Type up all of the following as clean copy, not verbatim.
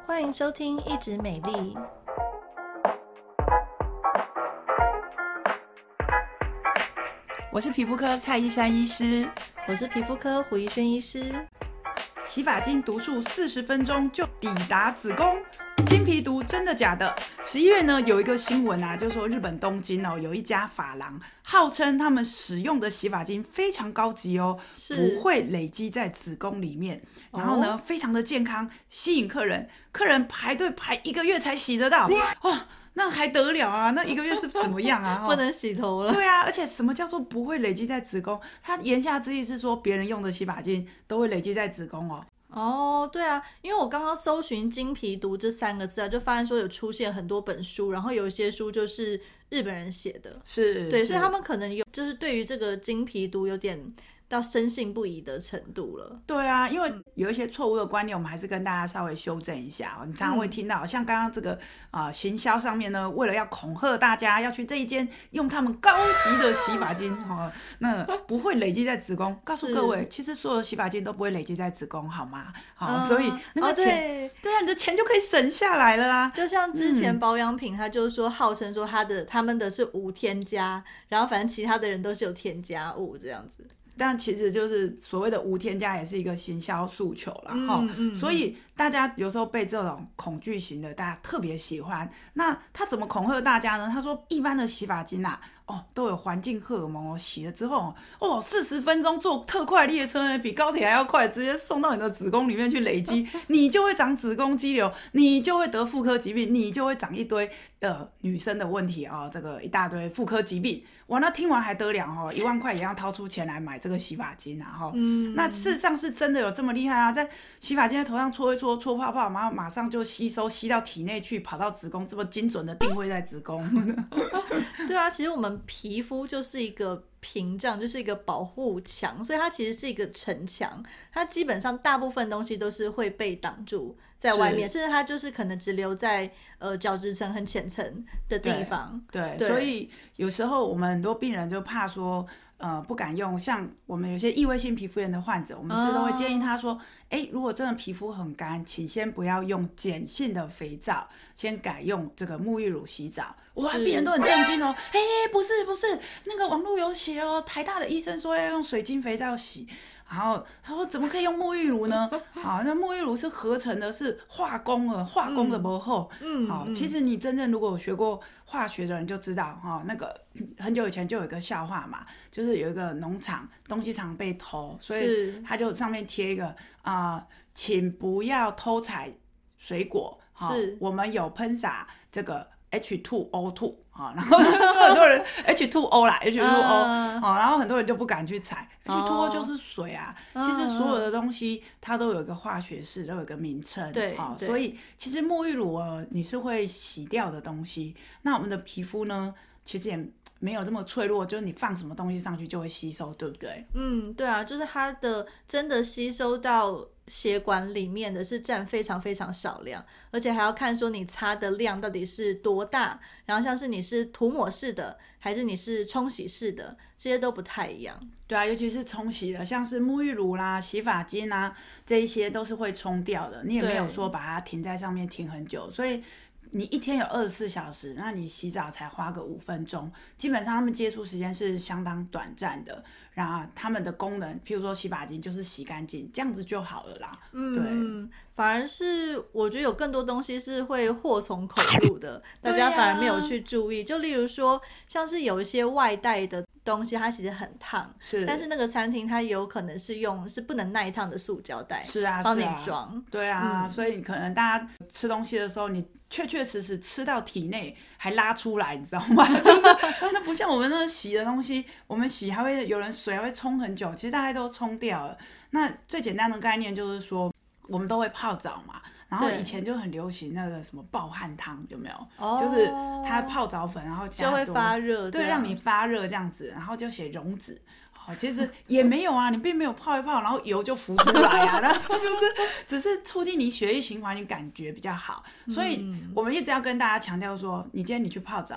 欢迎收听一直美丽。 我是皮肤科蔡依珊医师， 我是皮肤科胡怡萱医师。 洗发精毒素40分钟就抵达子宫，经皮毒真的假的？11月呢有一个新闻啊，就说日本东京有一家发廊，号称他们使用的洗发精非常高级不会累积在子宫里面，然后呢非常的健康，吸引客人排队排1个月才洗得到。那还得了啊？那1个月是怎么样啊？ 不能洗头了。 对啊，而且什么叫做不会累积在子宫？他言下之意是说别人用的洗发精都会累积在子宫对啊，因为我刚刚搜寻经皮毒这3个字啊，就发现说有出现很多本书，然后有一些书就是日本人写的，对，所以他们可能就是对于这个经皮毒有点到深信不疑的程度了。 对啊，因为有一些错误的观念，我们还是跟大家稍微修正一下你常常会听到，像刚刚这个行销上面呢，为了要恐吓大家要去这一间用他们高级的洗发精那不会累积在子宫。告诉各位，其实所有的洗发精都不会累积在子宫，好吗？所以那个钱，对啊，你的钱就可以省下来了啊。 就像之前保养品，他就是说号称说他们的是无添加，然后反正其他的人都是有添加物这样子。 但其实就是所谓的无添加也是一个行销诉求啦所以大家有时候被这种恐惧型的大家特别喜欢。那他怎么恐吓大家呢？他说一般的洗发精都有环境荷尔蒙洗了之后40分钟坐特快列车比高铁还要快，直接送到你的子宫里面去累积你就会长子宫肌瘤，你就会得妇科疾病，你就会长一堆女生的问题这个一大堆妇科疾病。那听完还得了1万块也要掏出钱来买这个洗发精那事实上是真的有这么厉害啊？在洗发精在头上搓一搓，搓泡泡，然后马上就吸到体内去，跑到子宫，这么精准的定位在子宫对啊，其实我们皮肤就是一个屏障，就是一个保护墙，所以它其实是一个城墙，它基本上大部分东西都是会被挡住在外面，甚至它就是可能只留在角质层很浅层的地方。 对，所以有时候我们很多病人就怕说不敢用，像我们有些异位性皮肤炎的患者，我们是都会建议他说如果真的皮肤很干，请先不要用碱性的肥皂，先改用这个沐浴乳洗澡。病人都很震惊不是那个网络有写台大的医生说要用水晶肥皂洗，然后他说怎么可以用沐浴乳呢？那沐浴乳是合成的，是化工的不好。其实你真正如果有学过化学的人就知道那个很久以前就有一个笑话嘛，就是有一个农场东西常被偷，所以他就上面贴一个请不要偷采水果我们有喷洒这个H2O2 然后很多人 H2O 啦 H2O 然后很多人就不敢去采H2O 就是水啊其实所有的东西它都有一个化学式，都有一个名称对所以其实沐浴乳你是会洗掉的东西，那我们的皮肤呢其实也没有这么脆弱，就是你放什么东西上去就会吸收，对不对？ 对啊，就是它的真的吸收到血管里面的是占非常非常少量，而且还要看说你擦的量到底是多大，然后像是你是涂抹式的还是你是冲洗式的，这些都不太一样。 对啊，尤其是冲洗的，像是沐浴乳啦洗发精啊这一些都是会冲掉的，你也没有说把它停在上面停很久，所以你一天有24小时，那你洗澡才花个5分钟，基本上他们接触时间是相当短暂的，然后他们的功能譬如说洗发精就是洗干净，这样子就好了啦。对， 反而是我觉得有更多东西是会祸从口入的大家反而没有去注意，就例如说像是有一些外带的东西它其实很烫，但是那个餐厅它有可能是用是不能耐烫的塑胶袋帮你装。 对啊所以可能大家吃东西的时候你确实吃到体内还拉出来，你知道吗？就是那不像我们那个洗的东西，我们洗还会有人水还会冲很久，其实大概都冲掉了。那最简单的概念就是说我们都会泡澡嘛，然后以前就很流行那个什么爆汗汤，有没有？就是它泡澡粉然后加就会发热， 对，让你发热这样子，然后就写溶脂。其实也没有啊，你并没有泡一泡然后油就浮出来啊，然后就是只是促进你血液循环，你感觉比较好。所以我们一直要跟大家强调说，你今天你去泡澡，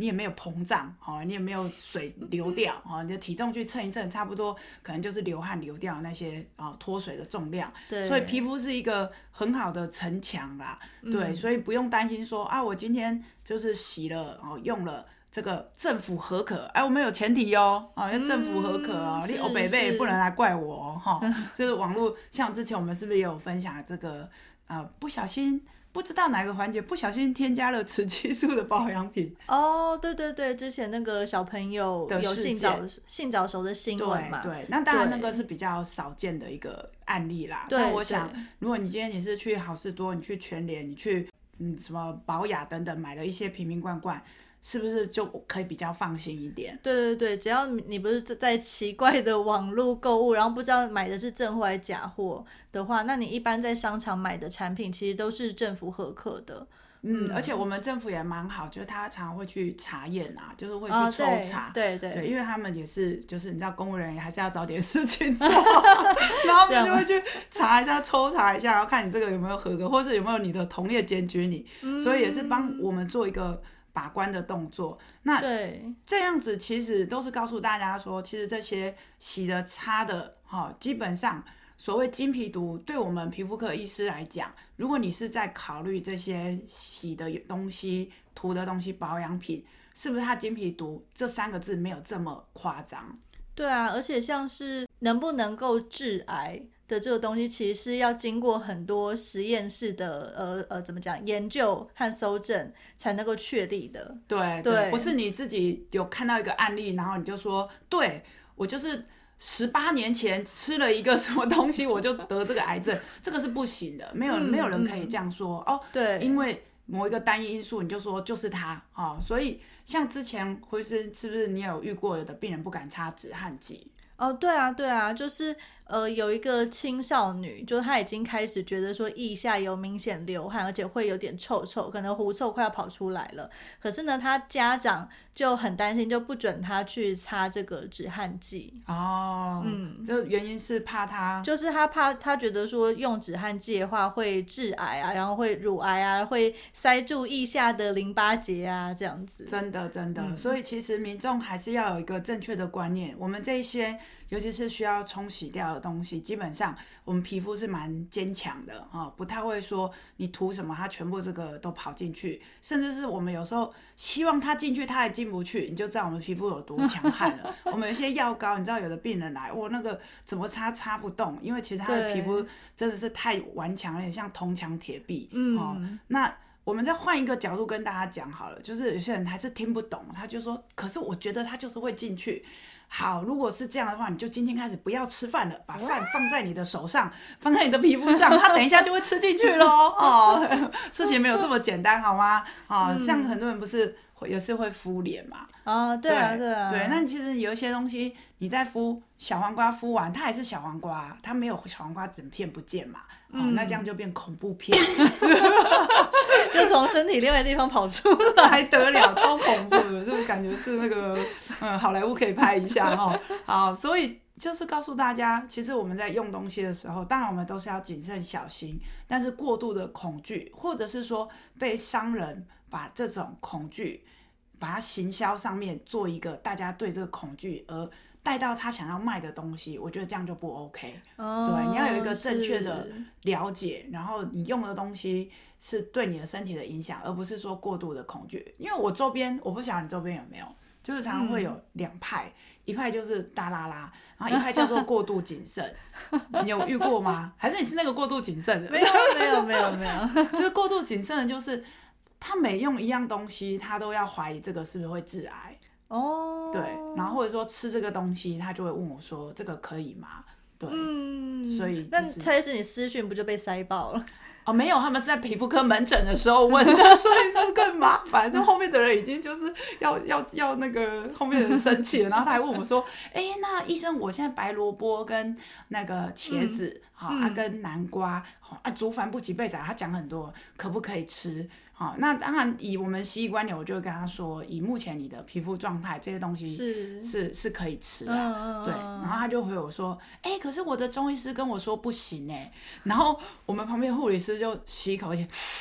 你也没有膨胀，你也没有水流掉，你的体重去称一称，差不多可能就是流汗流掉那些脱水的重量。 对， 所以皮肤是一个很好的城墙啦。对，所以不用担心说我今天就是洗了用了这个政府核可，我们有前提要政府核可你欧北北不能来怪我就是网络，像之前我们是不是也有分享这个不小心不知道哪个环节不小心添加了雌激素的保养品。 对对对，之前那个小朋友有性早熟的新闻嘛。 对，那当然那个是比较少见的一个案例啦。但我想如果你今天你是去好事多，你去全联，你去什么宝雅等等买了一些瓶瓶罐罐，是不是就可以比较放心一点？ 对对对，只要你不是在奇怪的网络购物，然后不知道买的是正货还是假货的话，那你一般在商场买的产品其实都是政府核可的。 而且我们政府也蛮好，就是他常常会去查验就是会去抽查。 对对对， 因为他们也是就是你知道公务人员还是要找点事情做然后他们就会去查一下抽查一下，然后看你这个有没有合格，或是有没有你的同业检举你。所以也是帮我们做一个把关的动作。那这样子其实都是告诉大家说，其实这些洗的擦的基本上所谓经皮毒，对我们皮肤科医师来讲，如果你是在考虑这些洗的东西涂的东西保养品是不是它经皮毒这3个字没有这么夸张。 对啊，而且像是能不能够致癌的这个东西，其实是要经过很多实验室的怎么讲研究和搜证才能够确立的。 对，不是你自己有看到一个案例，然后你就说对我就是18年前吃了一个什么东西我就得这个癌症这个是不行的，没有人可以这样说对， 因为某一个单一因素你就说就是它所以像之前胡医师是不是你有遇过有的病人不敢擦止汗剂？ 对啊，就是有一个青少女，就是她已经开始觉得说腋下有明显流汗，而且会有点臭，可能狐臭快要跑出来了。可是呢，她家长就很担心，就不准她去擦这个止汗剂。 这原因是怕她， 就是她觉得说用止汗剂的话会致癌啊，然后会乳癌啊，会塞住腋下的淋巴结啊，这样子。 真的，所以其实民众还是要有一个正确的观念，我们这一些尤其是需要冲洗掉的东西，基本上我们皮肤是蛮坚强的不太会说你涂什么它全部这个都跑进去，甚至是我们有时候希望它进去它还进不去，你就知道我们皮肤有多强悍了我们有些药膏你知道有的病人来那个怎么擦不动，因为其实他的皮肤真的是太顽强，有点像铜墙铁壁那我们再换一个角度跟大家讲好了，就是有些人还是听不懂，他就说可是我觉得他就是会进去。好，如果是这样的话，你就今天开始不要吃饭了，把饭放在你的手上，放在你的皮肤上，它等一下就会吃进去咯事情没有这么简单好吗像很多人不是也是会敷脸嘛对， 那其实有一些东西你在敷小黄瓜，敷完它还是小黄瓜，它没有小黄瓜整片不见嘛那这样就变恐怖片就从身体另外的地方跑出来还得了，超恐怖的这种感觉是那个好莱坞可以拍一下好，所以就是告诉大家，其实我们在用东西的时候，当然我们都是要谨慎小心，但是过度的恐惧，或者是说被商人把这种恐惧把它行销上面做一个大家对这个恐惧而带到他想要卖的东西，我觉得这样就不 OK对，你要有一个正确的了解，然后你用的东西是对你的身体的影响，而不是说过度的恐惧。因为我周边，我不晓得你周边有没有，就是常常会有2派，一派就是大拉拉，然后一派叫做过度谨慎你有遇过吗？还是你是那个过度谨慎的？ 没有就是过度谨慎的就是他每用一样东西他都要怀疑这个是不是会致癌对，然后或者说吃这个东西他就会问我说这个可以吗？对所以那蔡是你私讯不就被塞爆了？ 没有，他们是在皮肤科门诊的时候问的所以说更麻烦，就后面的人已经就是要那个后面的人生气了然后他还问我说那医生我现在白萝卜跟那个茄子跟南瓜竹凡不及贝仔，他讲很多可不可以吃那当然以我们西医观点，我就会跟他说以目前你的皮肤状态这些东西是可以吃的对，然后他就回我说可是我的中医师跟我说不行然后我们旁边护理师就吸一口气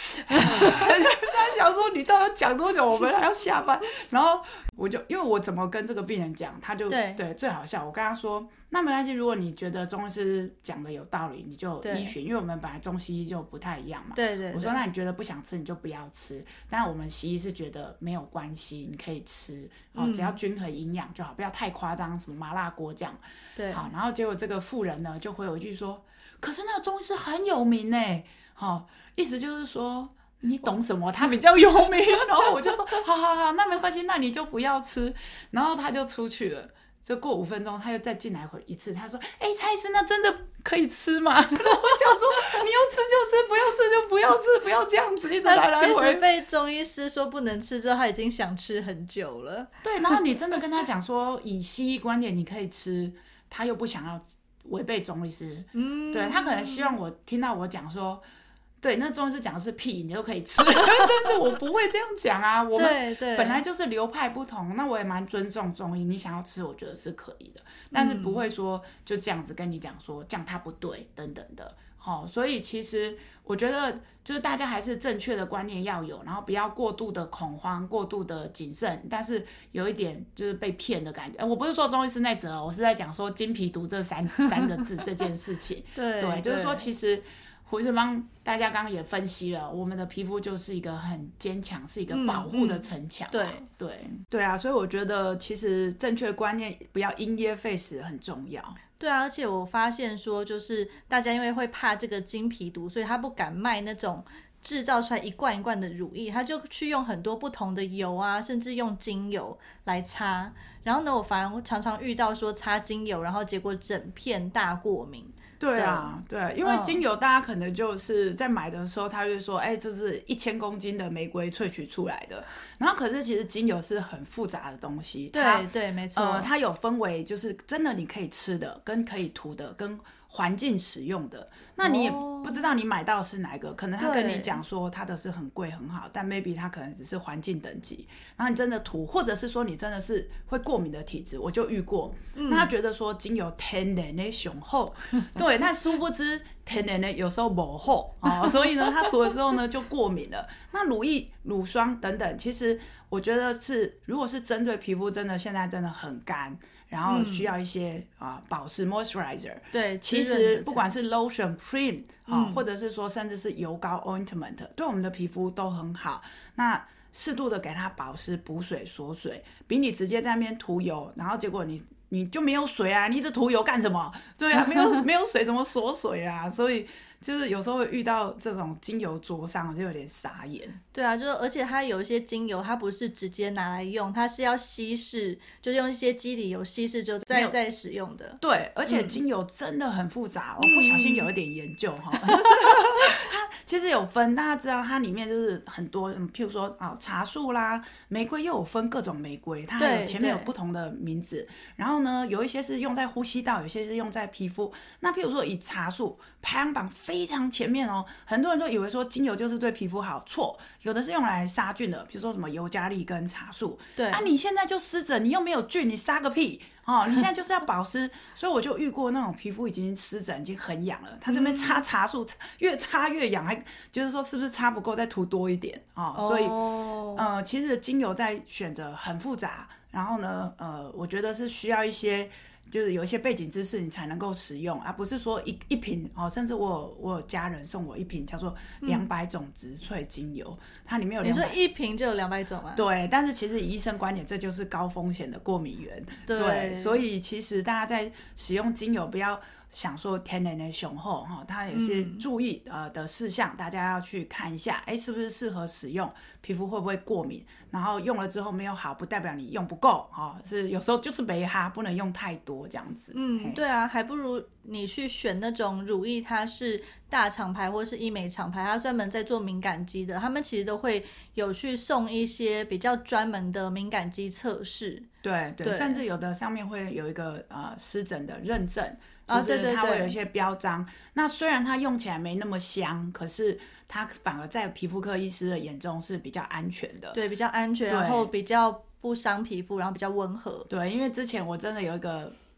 他想说你到底要讲多久，我们还要下班。然后我就因为我怎么跟这个病人讲，他就对最好笑，我跟他说那没关系，如果你觉得中医师讲的有道理，你就依循，因为我们本来中西医就不太一样嘛。 对， 我说那你觉得不想吃你就不要吃，但我们西医是觉得没有关系，你可以吃，只要均衡营养就好，不要太夸张，什么麻辣锅这样。 对， 好，然后结果这个妇人呢就回我一句说，可是那个中医师很有名耶，意思就是说你懂什么？他比较有名。然后我就说好，那没关系，那你就不要吃。然后他就出去了。就过5分钟，他又再进来一次。他说：“蔡医师，那真的可以吃吗？”然后我想说，你要吃就吃，不要吃就不要吃，不要这样子一直来来回。 其实被中医师说不能吃之后，他已经想吃很久了。 对，然后你真的跟他讲说，以西医观点你可以吃，他又不想要违背中医师。对，他可能希望我听到我讲说。对，那中医师讲的是屁，你都可以吃，但是我不会这样讲啊。我们本来就是流派不同，那我也蛮尊重中医，你想要吃，我觉得是可以的，但是不会说就这样子跟你讲说这样它不对等等的。所以其实我觉得就是大家还是正确的观念要有，然后不要过度的恐慌、过度的谨慎，但是有一点就是被骗的感觉。我不是说中医师那则，我是在讲说金皮毒这三个字这件事情。对，就是说其实。胡医生帮大家刚刚也分析了，我们的皮肤就是一个很坚强，是一个保护的城墙。对啊，所以我觉得其实正确观念不要因噎废食很重要。 对啊，而且我发现说，就是大家因为会怕这个金皮毒，所以他不敢卖那种制造出来一罐一罐的乳液，他就去用很多不同的油啊，甚至用精油来擦。然后呢，我反而常常遇到说擦精油，然后结果整片大过敏。 对啊，对，因为精油大家可能就是在买的时候，他就说，这是1000公斤的玫瑰萃取出来的。然后可是其实精油是很复杂的东西， 对，没错。 它有分为就是真的你可以吃的，跟可以涂的，跟环境使用的。那你也不知道你买到是哪一个，可能他跟你讲说他的是很贵很好，但 maybe 他可能只是环境等级。然后你真的涂，或者是说你真的是会过敏的体质，我就遇过。那他觉得说精油天然的雄厚，对，但殊不知天然的有时候不厚所以呢，他涂了之后呢就过敏了。那乳液、乳霜等等，其实我觉得是，如果是针对皮肤真的现在真的很干。然后需要一些保湿 moisturizer， 对， 其实不管是 lotion cream 或者是说甚至是油膏 ointment， 对我们的皮肤都很好。那适度的给它保湿、补水、锁水，比你直接在那边涂油，然后结果你就没有水啊，你一直涂油干什么？对啊，没有水怎么锁水啊？所以就是有时候会遇到这种精油灼伤，就有点傻眼。 对啊，就是而且它有一些精油，它不是直接拿来用，它是要稀释，就是用一些基底油稀释就再使用的。 对，而且精油真的很复杂，我不小心有一点研究就是它其实有分，大家知道它里面就是很多，譬如说茶树啦、玫瑰又有分各种玫瑰，它还有前面有不同的名字。然后呢，有一些是用在呼吸道，有些是用在皮肤。那譬如说以茶树排行榜非常前面很多人都以为说精油就是对皮肤好，错，有的是用来杀菌的，比如说什么尤加利跟茶树。 对你现在就湿疹，你又没有菌，你杀个屁你现在就是要保湿。所以我就遇过那种皮肤已经湿疹，已经很痒了，他这边擦茶树越擦越痒，还就是说是不是擦不够再涂多一点所以其实精油在选择很复杂，然后呢我觉得是需要一些就是有一些背景知识你才能够使用，而不是说一瓶甚至我有家人送我一瓶叫做200种植萃精油，它里面有200， 你说一瓶就有200种吗？ 对，但是其实以医生观点，这就是高风险的过敏源。对，所以其实大家在使用精油不要想说天然的雄厚它也是注意的事项，大家要去看一下，是不是适合使用，皮肤会不会过敏，然后用了之后没有好，不代表你用不够是有时候就是没哈，不能用太多这样子。 对啊，还不如你去选那种乳液，它是大厂牌或是医美厂牌，它专门在做敏感肌的，他们其实都会有去送一些比较专门的敏感肌测试。 对，甚至有的上面会有一个湿疹的认证，就是它会有一些标章。那虽然它用起来没那么香，可是它反而在皮肤科医师的眼中是比较安全的。 对，比较安全，然后比较不伤皮肤，然后比较温和。 对，因为之前我真的有一个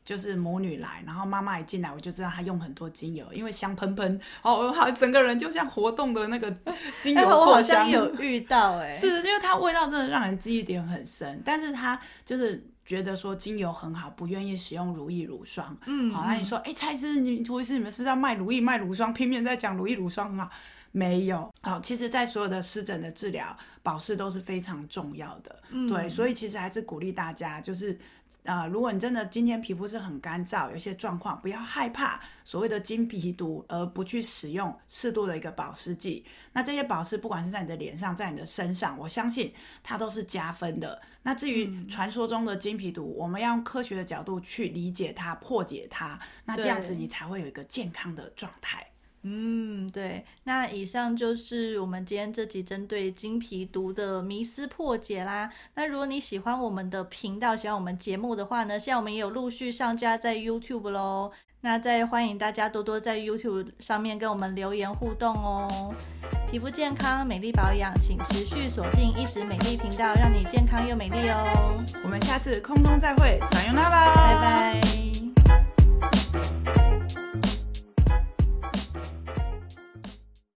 就是母女来，然后妈妈一进来，我就知道她用很多精油，因为香喷喷，哦，整个人就像活动的那个精油我好扩香。 像有遇到是因为它味道真的让人记忆点很深，但是它就是觉得说精油很好，不愿意使用如意乳霜。好，那你说，蔡司、涂医师，你们是不是要卖如意卖乳霜，拼命在讲如意乳霜很好？没有。好，其实在所有的湿疹的治疗，保湿都是非常重要的。对，所以其实还是鼓励大家，就是如果你真的今天皮肤是很干燥，有些状况，不要害怕所谓的金皮毒，而不去使用适度的一个保湿剂。那这些保湿不管是在你的脸上，在你的身上，我相信它都是加分的。那至于传说中的金皮毒，我们要用科学的角度去理解它、破解它，那这样子你才会有一个健康的状态。 对，那以上就是我们今天这集针对金皮毒的迷思破解啦。那如果你喜欢我们的频道，喜欢我们节目的话呢，现在我们也有陆续上架在 YouTube 咯。那再欢迎大家多多在 YouTube 上面跟我们留言互动哦。皮肤健康，美丽保养，请持续锁定一直美丽频道，让你健康又美丽哦。 我们下次空中再会，撒由那拉， 拜拜。